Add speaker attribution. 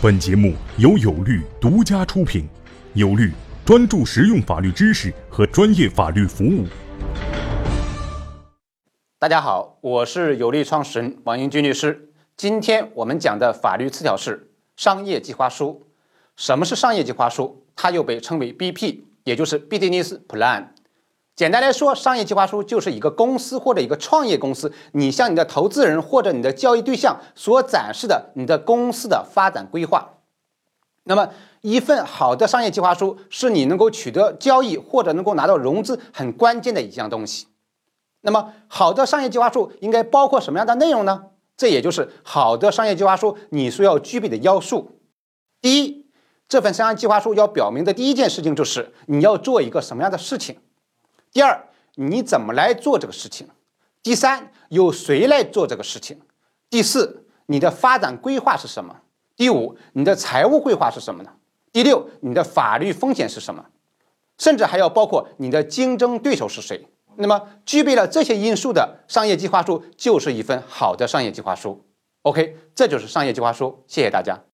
Speaker 1: 本节目由有律独家出品，有律专注实用法律知识和专业法律服务。
Speaker 2: 大家好，我是有律创始人王英军律师。今天我们讲的法律词条是商业计划书。什么是商业计划书？它又被称为 BP， 也就是 Business Plan。简单来说，商业计划书就是一个公司或者一个创业公司，你向你的投资人或者你的交易对象所展示的你的公司的发展规划。那么一份好的商业计划书是你能够取得交易或者能够拿到融资很关键的一项东西。那么好的商业计划书应该包括什么样的内容呢？这也就是好的商业计划书你所要具备的要素。第一，这份商业计划书要表明的第一件事情就是你要做一个什么样的事情。第二，你怎么来做这个事情？第三，由谁来做这个事情？第四，你的发展规划是什么？第五，你的财务规划是什么呢？第六，你的法律风险是什么？甚至还要包括你的竞争对手是谁。那么具备了这些因素的商业计划书就是一份好的商业计划书。OK， 这就是商业计划书。谢谢大家。